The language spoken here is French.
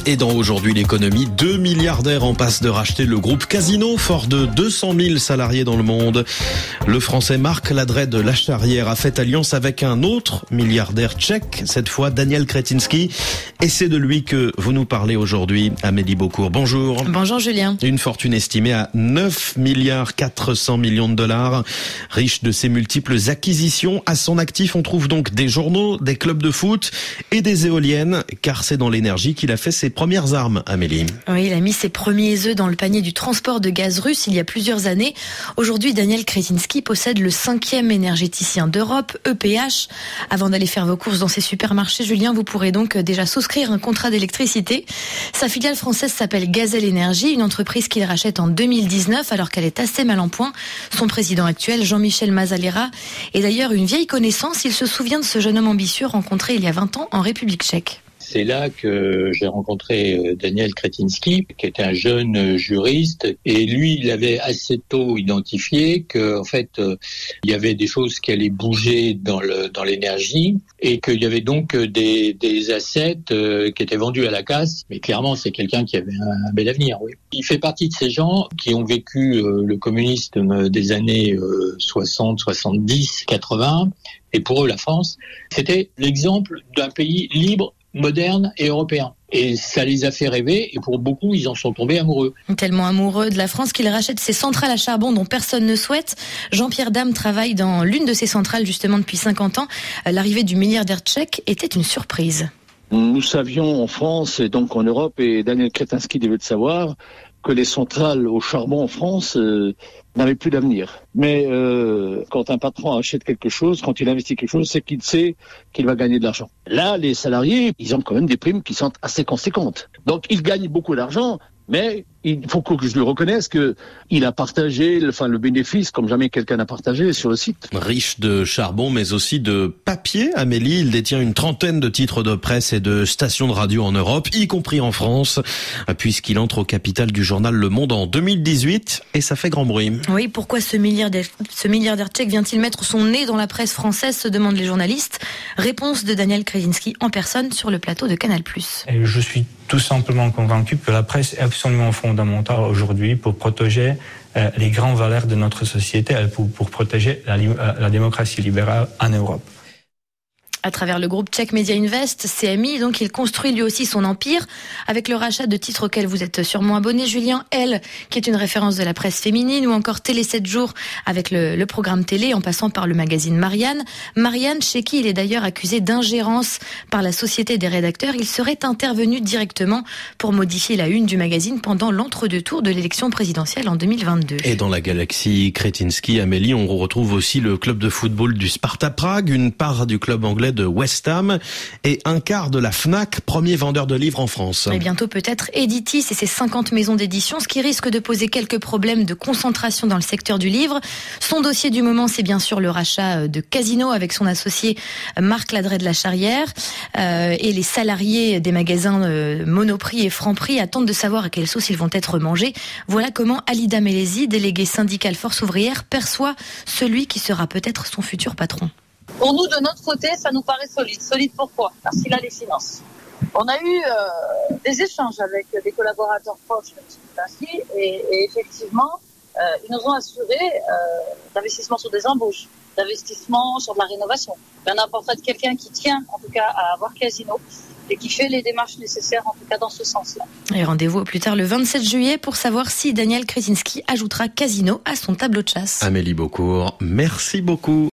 Et dans Aujourd'hui l'économie, 2 milliardaires en passe de racheter le groupe Casino, fort de 200 000 salariés dans le monde. Le français Marc Ladret-Lacharrière a fait alliance avec un autre milliardaire tchèque, cette fois Daniel Křetínský. Et c'est de lui que vous nous parlez aujourd'hui, Amélie Beaucourt. Bonjour. Bonjour Julien. Une fortune estimée à 9 milliards 400 millions de dollars. Riche de ses multiples acquisitions, à son actif on trouve donc des journaux, des clubs de foot et des éoliennes, car c'est dans l'énergie qu'il a fait ses premières armes, Amélie. Oui, il a mis ses premiers œufs dans le panier du transport de gaz russe il y a plusieurs années. Aujourd'hui, Daniel Křetínský possède le 5e énergéticien d'Europe, EPH. Avant d'aller faire vos courses dans ces supermarchés, Julien, vous pourrez donc déjà souscrire un contrat d'électricité. Sa filiale française s'appelle Gazelle Énergie, une entreprise qu'il rachète en 2019 alors qu'elle est assez mal en point. Son président actuel, Jean-Michel Mazalera, est d'ailleurs une vieille connaissance. Il se souvient de ce jeune homme ambitieux rencontré il y a 20 ans en République tchèque. C'est là que j'ai rencontré Daniel Křetínský, qui était un jeune juriste, et lui, il avait assez tôt identifié que, en fait, il y avait des choses qui allaient bouger dans l'énergie, et qu'il y avait donc des assets qui étaient vendus à la casse. Mais clairement, c'est quelqu'un qui avait un bel avenir. Oui. Il fait partie de ces gens qui ont vécu le communisme des années 60, 70, 80, et pour eux, la France, c'était l'exemple d'un pays libre, moderne et européen. Et ça les a fait rêver, et pour beaucoup, ils en sont tombés amoureux. Tellement amoureux de la France qu'il rachète ses centrales à charbon dont personne ne souhaite. Jean-Pierre Dame travaille dans l'une de ces centrales justement depuis 50 ans. L'arrivée du milliardaire tchèque était une surprise. Nous savions en France et donc en Europe, et Daniel Křetínský devait le savoir, que les centrales au charbon en France n'avaient plus d'avenir. Mais quand un patron achète quelque chose, quand il investit quelque chose, c'est qu'il sait qu'il va gagner de l'argent. Là, les salariés, ils ont quand même des primes qui sont assez conséquentes. Donc, ils gagnent beaucoup d'argent, mais il faut que je le reconnaisse qu'il a partagé le bénéfice comme jamais quelqu'un n'a partagé sur le site. Riche de charbon, mais aussi de papier, Amélie. Il détient une trentaine de titres de presse et de stations de radio en Europe, y compris en France, puisqu'il entre au capital du journal Le Monde en 2018, et ça fait grand bruit. Oui, pourquoi ce milliardaire tchèque vient-il mettre son nez dans la presse française, se demandent les journalistes. Réponse de Daniel Křetínský en personne sur le plateau de Canal+. Et je suis tout simplement convaincu que la presse est absolument fondamentale aujourd'hui pour protéger les grandes valeurs de notre société, pour protéger la démocratie libérale en Europe. À travers le groupe Czech Media Invest, CMI, donc il construit lui aussi son empire avec le rachat de titres auxquels vous êtes sûrement abonné, Julien. Elle, qui est une référence de la presse féminine, ou encore Télé 7 jours avec le programme télé, en passant par le magazine Marianne. Marianne, chez qui il est d'ailleurs accusé d'ingérence par la Société des rédacteurs. Il serait intervenu directement pour modifier la une du magazine pendant l'entre-deux-tours de l'élection présidentielle en 2022. Et dans la galaxie Křetínský, Amélie, on retrouve aussi le club de football du Sparta Prague, une part du club anglais de West Ham et un quart de la Fnac, premier vendeur de livres en France. Et bientôt peut-être Editis et ses 50 maisons d'édition, ce qui risque de poser quelques problèmes de concentration dans le secteur du livre. Son dossier du moment, c'est bien sûr le rachat de Casino avec son associé Marc Ladret-Lacharrière. Et les salariés des magasins Monoprix et Franprix attendent de savoir à quelle sauce ils vont être mangés. Voilà comment Alida Mélezi, déléguée syndicale Force ouvrière, perçoit celui qui sera peut-être son futur patron. Pour nous, de notre côté, ça nous paraît solide. Solide pourquoi ? Parce qu'il a les finances. On a eu des échanges avec des collaborateurs proches de M. Křetínský et effectivement, ils nous ont assuré d'investissement sur des embauches, d'investissement sur de la rénovation. Il y en a un portrait de quelqu'un qui tient, en tout cas, à avoir Casino et qui fait les démarches nécessaires, en tout cas, dans ce sens-là. Et rendez-vous au plus tard le 27 juillet pour savoir si Daniel Křetínský ajoutera Casino à son tableau de chasse. Amélie Beaucourt, merci beaucoup.